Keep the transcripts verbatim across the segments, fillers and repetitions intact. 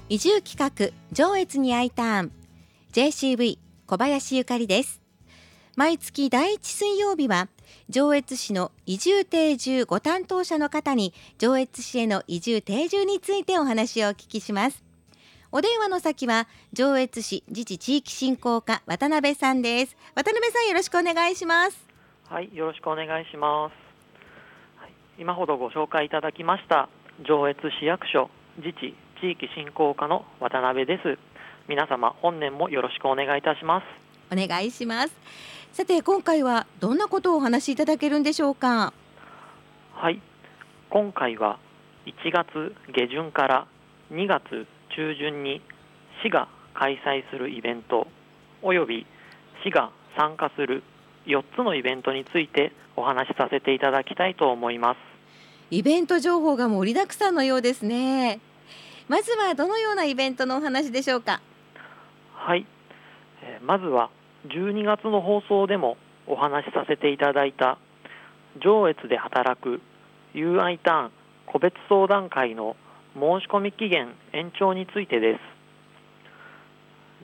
移住企画上越に I ターン ジェーシーブイ 小林ゆかりです。毎月だいいち水曜日は上越市の移住定住ご担当者の方に上越市への移住定住についてお話をお聞きします。お電話の先は上越市自治地域振興課渡辺さんです。渡辺さん、よろしくお願いします。 はい、よろしくお願いします。はい、今ほどご紹介いただきました上越市役所自治地域振興課の渡辺です。皆様本年もよろしくお願いいたします。 お願いします。さて、今回はどんなことをお話しいただけるんでしょうか。 はい、今回はいちがつ下旬からにがつ中旬に市が開催するイベントおよび市が参加するよっつのイベントについてお話しさせていただきたいと思います。 イベント情報が盛りだくさんのようですね。まずはどのようなイベントのお話でしょうか。 はい、えー、まずはじゅうにがつの放送でもお話しさせていただいた上越で働く ユーアイ ターン個別相談会の申し込み期限延長についてです。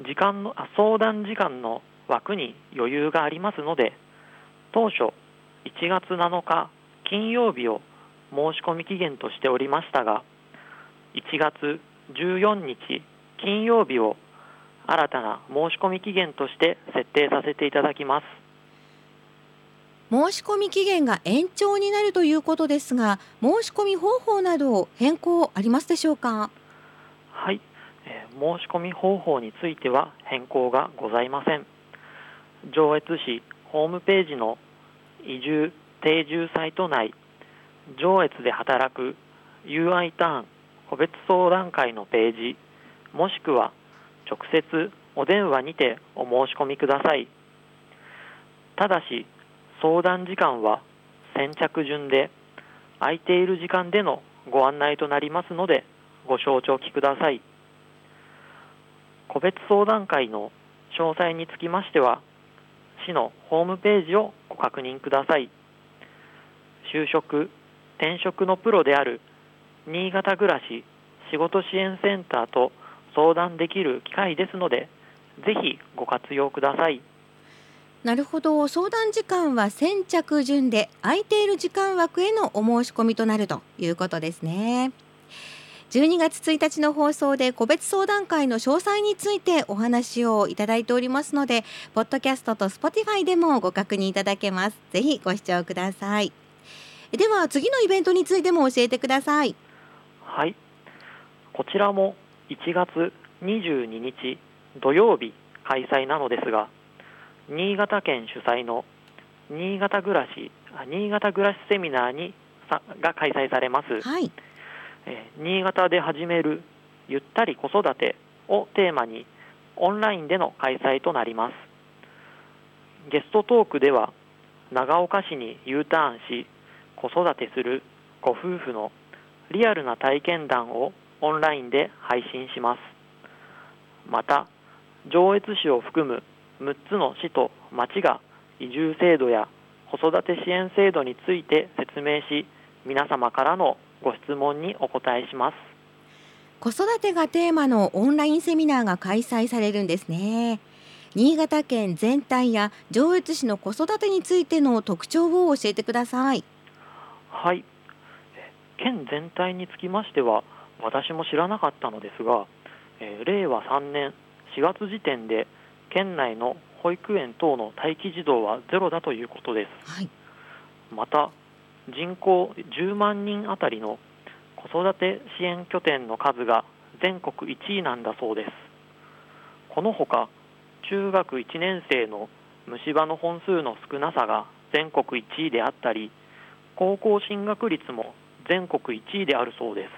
時間のあ相談時間の枠に余裕がありますので、当初いちがつなのか金曜日を申し込み期限としておりましたが、いちがつじゅうよっか金曜日を新たな申し込み期限として設定させていただきます。 申し込み期限が延長になるということですが、申し込み方法など変更ありますでしょうか。 はい、えー、申し込み方法については変更がございません。上越市ホームページの移住定住サイト内、上越で働く ユーアイ ターン個別相談会のページ、もしくは直接お電話にてお申し込みください。ただし相談時間は先着順で、空いている時間でのご案内となりますのでご承知おきください。個別相談会の詳細につきましては市のホームページをご確認ください。就職・転職のプロである新潟暮らし仕事支援センターと相談できる機会ですので、ぜひご活用ください。 なるほど。相談時間は先着順で、空いている時間枠へのお申し込みとなるということですね。じゅうにがつついたちの放送で個別相談会の詳細についてお話をいただいておりますので、ポッドキャストと Spotify でもご確認いただけます。ぜひご視聴ください。では次のイベントについても教えてください。 はい、こちらもいちがつにじゅうににち土曜日開催なのですが、新潟県主催の新潟暮らし新潟暮らしセミナーにさが開催されます。 はい、 えー、新潟で始めるゆったり子育てをテーマにオンラインでの開催となります。ゲストトークでは長岡市に U ターンし子育てするご夫婦のリアルな体験談をオンラインで配信します。また上越市を含むむっつの市と町が移住制度や子育て支援制度について説明し、皆様からのご質問にお答えします。 子育てがテーマのオンラインセミナーが開催されるんですね。新潟県全体や上越市の子育てについての特徴を教えてください。 はい、県全体につきましては私も知らなかったのですが、えー、れいわさんねんしがつ時点で県内の保育園等の待機児童はゼロだということです。 はい、 また人口じゅうまんにんあたりの子育て支援拠点の数が全国いちいなんだそうです。このほか中学いちねん生の虫歯の本数の少なさが全国いちいであったり、高校進学率も全国いちいであるそうです。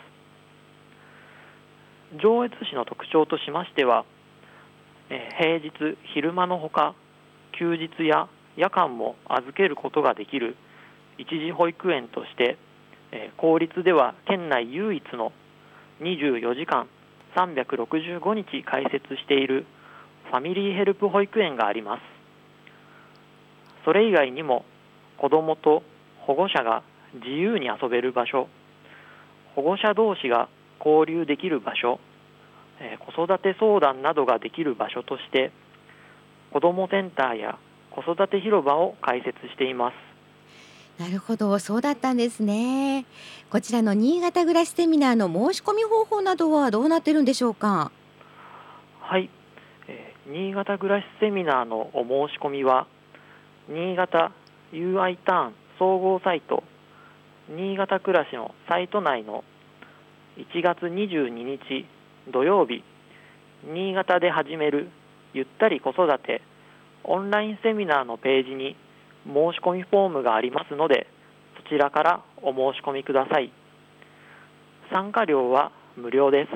上越市の特徴としましては、えー、平日昼間のほか休日や夜間も預けることができる一時保育園として、えー、公立では県内唯一のにじゅうよじかんさんびゃくろくじゅうごにち開設しているファミリーヘルプ保育園があります。それ以外にも子どもと保護者が自由に遊べる場所、保護者同士が交流できる場所、 えー子育て相談などができる場所として子どもセンターや子育て広場を開設しています。 なるほど、そうだったんですね。こちらの新潟暮らしセミナーの申し込み方法などはどうなってるんでしょうか？ はい、えー新潟暮らしセミナーのお申し込みは新潟 ユーアイ ターン総合サイト新潟暮らしのサイト内のいちがつにじゅうににち土曜日、新潟で始めるゆったり子育てオンラインセミナーのページに申し込みフォームがありますので、そちらからお申し込みください。参加料は無料です。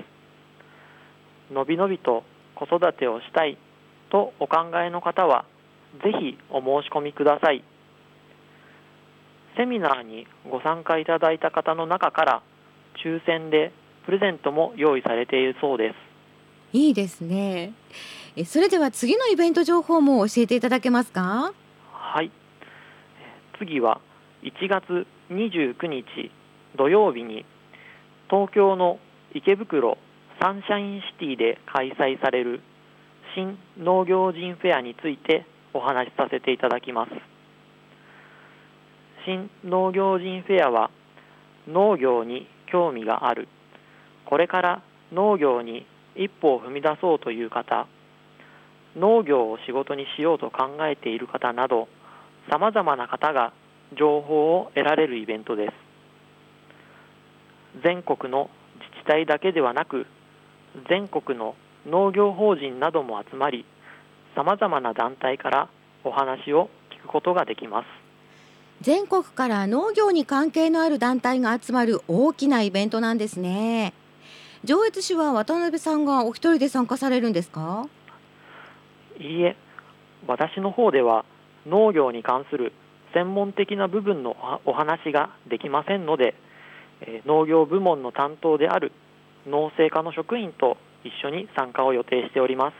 のびのびと子育てをしたいとお考えの方は、ぜひお申し込みください。セミナーにご参加いただいた方の中から抽選でプレゼントも用意されているそうです。 いいですね。えそれでは次のイベント情報も教えていただけますか？ はい、次はいちがつにじゅうくにち土曜日に東京の池袋サンシャインシティで開催される新農業人フェアについてお話しさせていただきます。新農業人フェアは農業に興味がある、これから農業に一歩を踏み出そうという方、農業を仕事にしようと考えている方など、さまざまな方が情報を得られるイベントです。全国の自治体だけではなく、全国の農業法人なども集まり、さまざまな団体からお話を聞くことができます。 全国から農業に関係のある団体が集まる大きなイベントなんですね。上越市は渡辺さんがお一人で参加されるんですか？ いいえ、私の方では農業に関する専門的な部分のお話ができませんので、えー農業部門の担当である農政課の職員と一緒に参加を予定しております。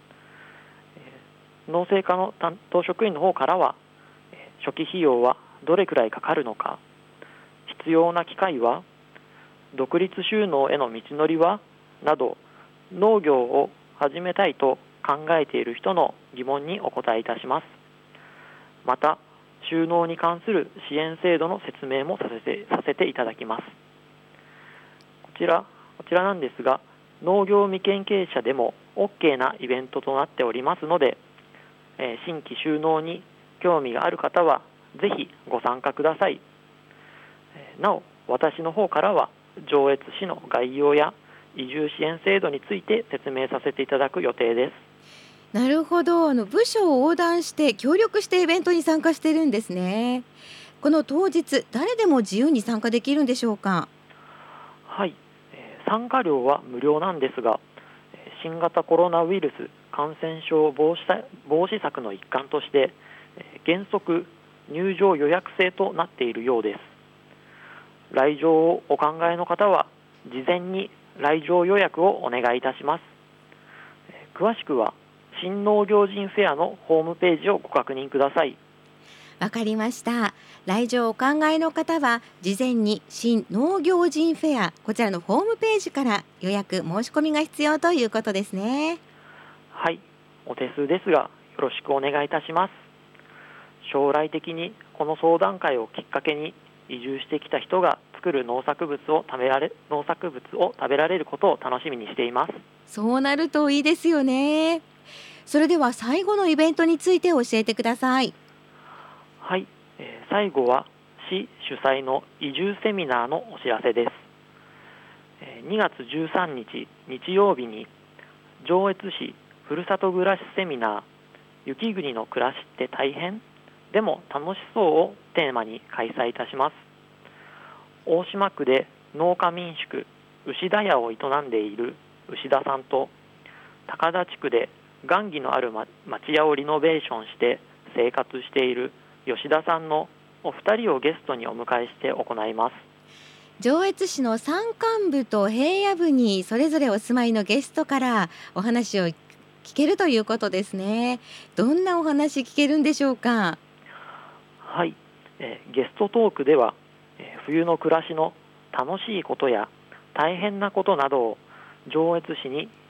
えー農政課の担当職員の方からは、えー初期費用はどれくらいかかるのか、必要な機械は、独立収納への道のりはなど、農業を始めたいと考えている人の疑問にお答えいたします。また、収納に関する支援制度の説明もさせて、させていただきます。こちら、こちらなんですが、農業未経験者でも OK なイベントとなっておりますので、えー新規収納に興味がある方は、ぜひご参加ください。えーなお、私の方からは、上越市の概要や移住支援制度について説明させていただく予定です。 なるほど、あの部署を横断して協力してイベントに参加してるんですね。この当日、誰でも自由に参加できるんでしょうか？ はい、えー参加料は無料なんですが、えー新型コロナウイルス感染症防止さ防止策の一環として、えー原則入場予約制となっているようです。来場をお考えの方は、事前に来場予約をお願いいたします。えー詳しくは、新農業人フェアのホームページをご確認ください。 わかりました。来場お考えの方は事前に新農業人フェアこちらのホームページから予約申し込みが必要ということですね。 はい、お手数ですが、よろしくお願いいたします。将来的にこの相談会をきっかけに移住してきた人が作る農作物を食べられ農作物を食べられることを楽しみにしています。 そうなるといいですよね。それでは最後のイベントについて教えてください。 はい、えー最後は市主催の移住セミナーのお知らせです。えーにがつじゅうさんにち日曜日に上越市ふるさと暮らしセミナー雪国の暮らしって大変でも楽しそうをテーマに開催いたします。大島区で農家民宿牛田屋を営んでいる牛田さんと、高田地区で雁木のあるま町屋をリノベーションして生活している吉田さんのお二人をゲストにお迎えして行います。 上越市の山間部と平野部にそれぞれお住まいのゲストからお話を聞けるということですね。どんなお話聞けるんでしょうか？ はい、えーゲストトークでは、えー冬の暮らしの楽しいことや大変なことなどを上越市に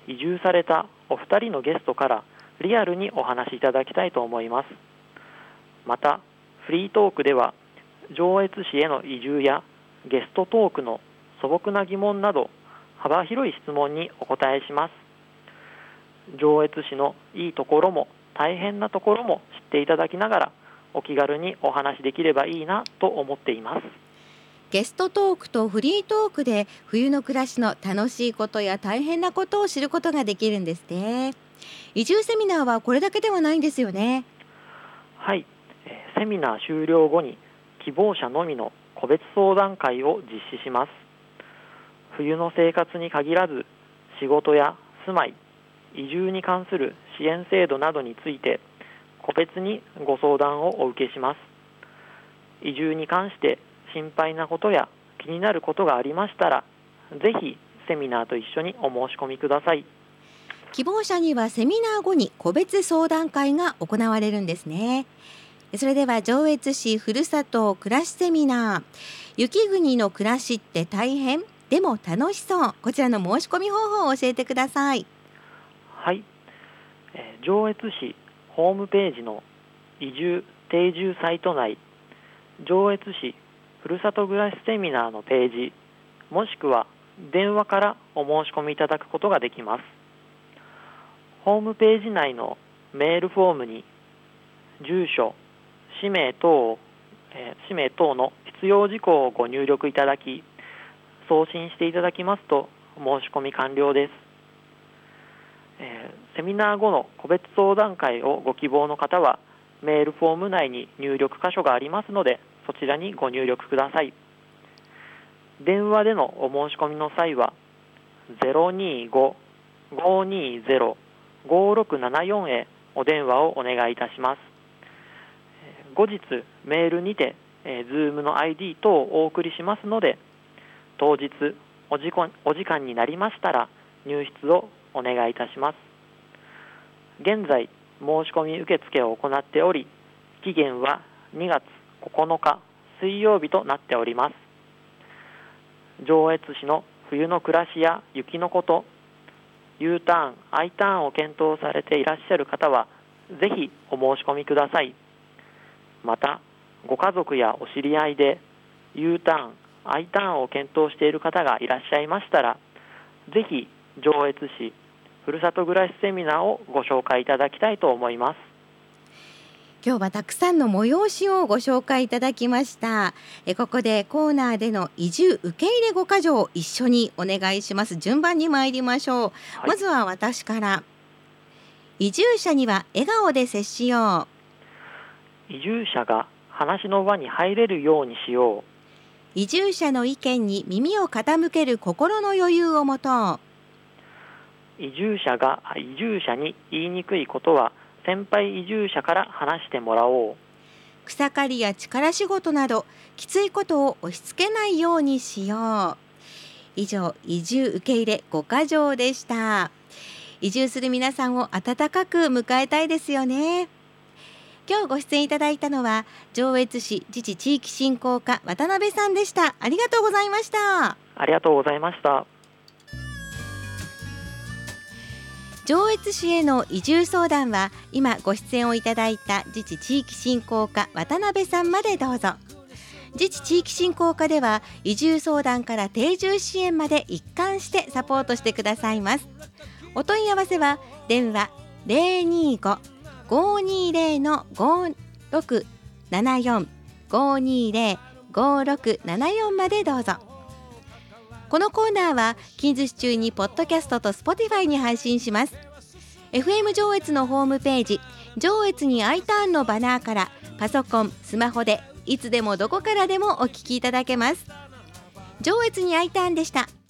移住されたお二人のゲストからリアルにお話しいただきたいと思います。またフリートークでは上越市への移住やゲストトークの素朴な疑問など幅広い質問にお答えします。上越市のいいところも大変なところも知っていただきながらお気軽にお話しできればいいなと思っています。 ゲストトークとフリートークで冬の暮らしの楽しいことや大変なことを知ることができるんですね。移住セミナーはこれだけではないんですよね。 はい、セミナー終了後に希望者のみの個別相談会を実施します。冬の生活に限らず仕事や住まい、移住に関する支援制度などについて個別にご相談をお受けします。移住に関して心配なことや気になることがありましたら、ぜひセミナーと一緒にお申し込みください。 希望者にはセミナー後に個別相談会が行われるんですね。それでは上越市ふるさと暮らしセミナー、雪国の暮らしって大変でも楽しそう、こちらの申し込み方法を教えてください。 はい、えー、上越市ホームページの移住定住サイト内、上越市ふるさと暮らしセミナーのページ、もしくは電話からお申し込みいただくことができます。ホームページ内のメールフォームに住所、氏名等を、えー、氏名等の必要事項をご入力いただき、送信していただきますと申し込み完了です。えー、セミナー後の個別相談会をご希望の方はメールフォーム内に入力箇所がありますので、そちらにご入力ください。電話でのお申し込みの際は ゼロにーご ごーにーゼロ ごーろくななよん へお電話をお願いいたします。後日メールにて、えー、Zoom の アイディー 等をお送りしますので、当日お時間、お時間になりましたら入室をお願いいたします。現在申し込み受付を行っており、期限はにがつここのか水曜日となっております。上越市の冬の暮らしや雪のこと、U ターン、I ターンを検討されていらっしゃる方はぜひお申し込みください。またご家族やお知り合いで U ターン、I ターンを検討している方がいらっしゃいましたら、ぜひ上越市ふるさと暮らしセミナーをご紹介いただきたいと思います。 今日はたくさんの催しをご紹介いただきました。えここでコーナーでの移住受け入れご箇条を一緒にお願いします。順番に参りましょう、はい、まずは私から。移住者には笑顔で接しよう。移住者が話の輪に入れるようにしよう。 移住者の意見に耳を傾ける心の余裕を持とう。 移住者が移住者に言いにくいことは先輩移住者から話してもらおう。 草刈りや力仕事などきついことを押し付けないようにしよう。以上、移住受け入れご箇条でした。移住する皆さんを温かく迎えたいですよね。今日ご出演いただいたのは上越市自治地域振興課渡辺さんでした。ありがとうございました。 ありがとうございました。 上越市への移住相談は今ご出演をいただいた自治地域振興課渡辺さんまでどうぞ。自治地域振興課では移住相談から定住支援まで一貫してサポートしてくださいます。お問い合わせは電話 ゼロにーご ごーにーぜろ のごろくななよん ごーにーぜろ ごーろくななよん までどうぞ。このコーナーは近日中にポッドキャストと Spotify に配信します。 エフエム 上越のホームページ上越に I ターンのバナーからパソコン、スマホでいつでもどこからでもお聞きいただけます。上越に I ターンでした。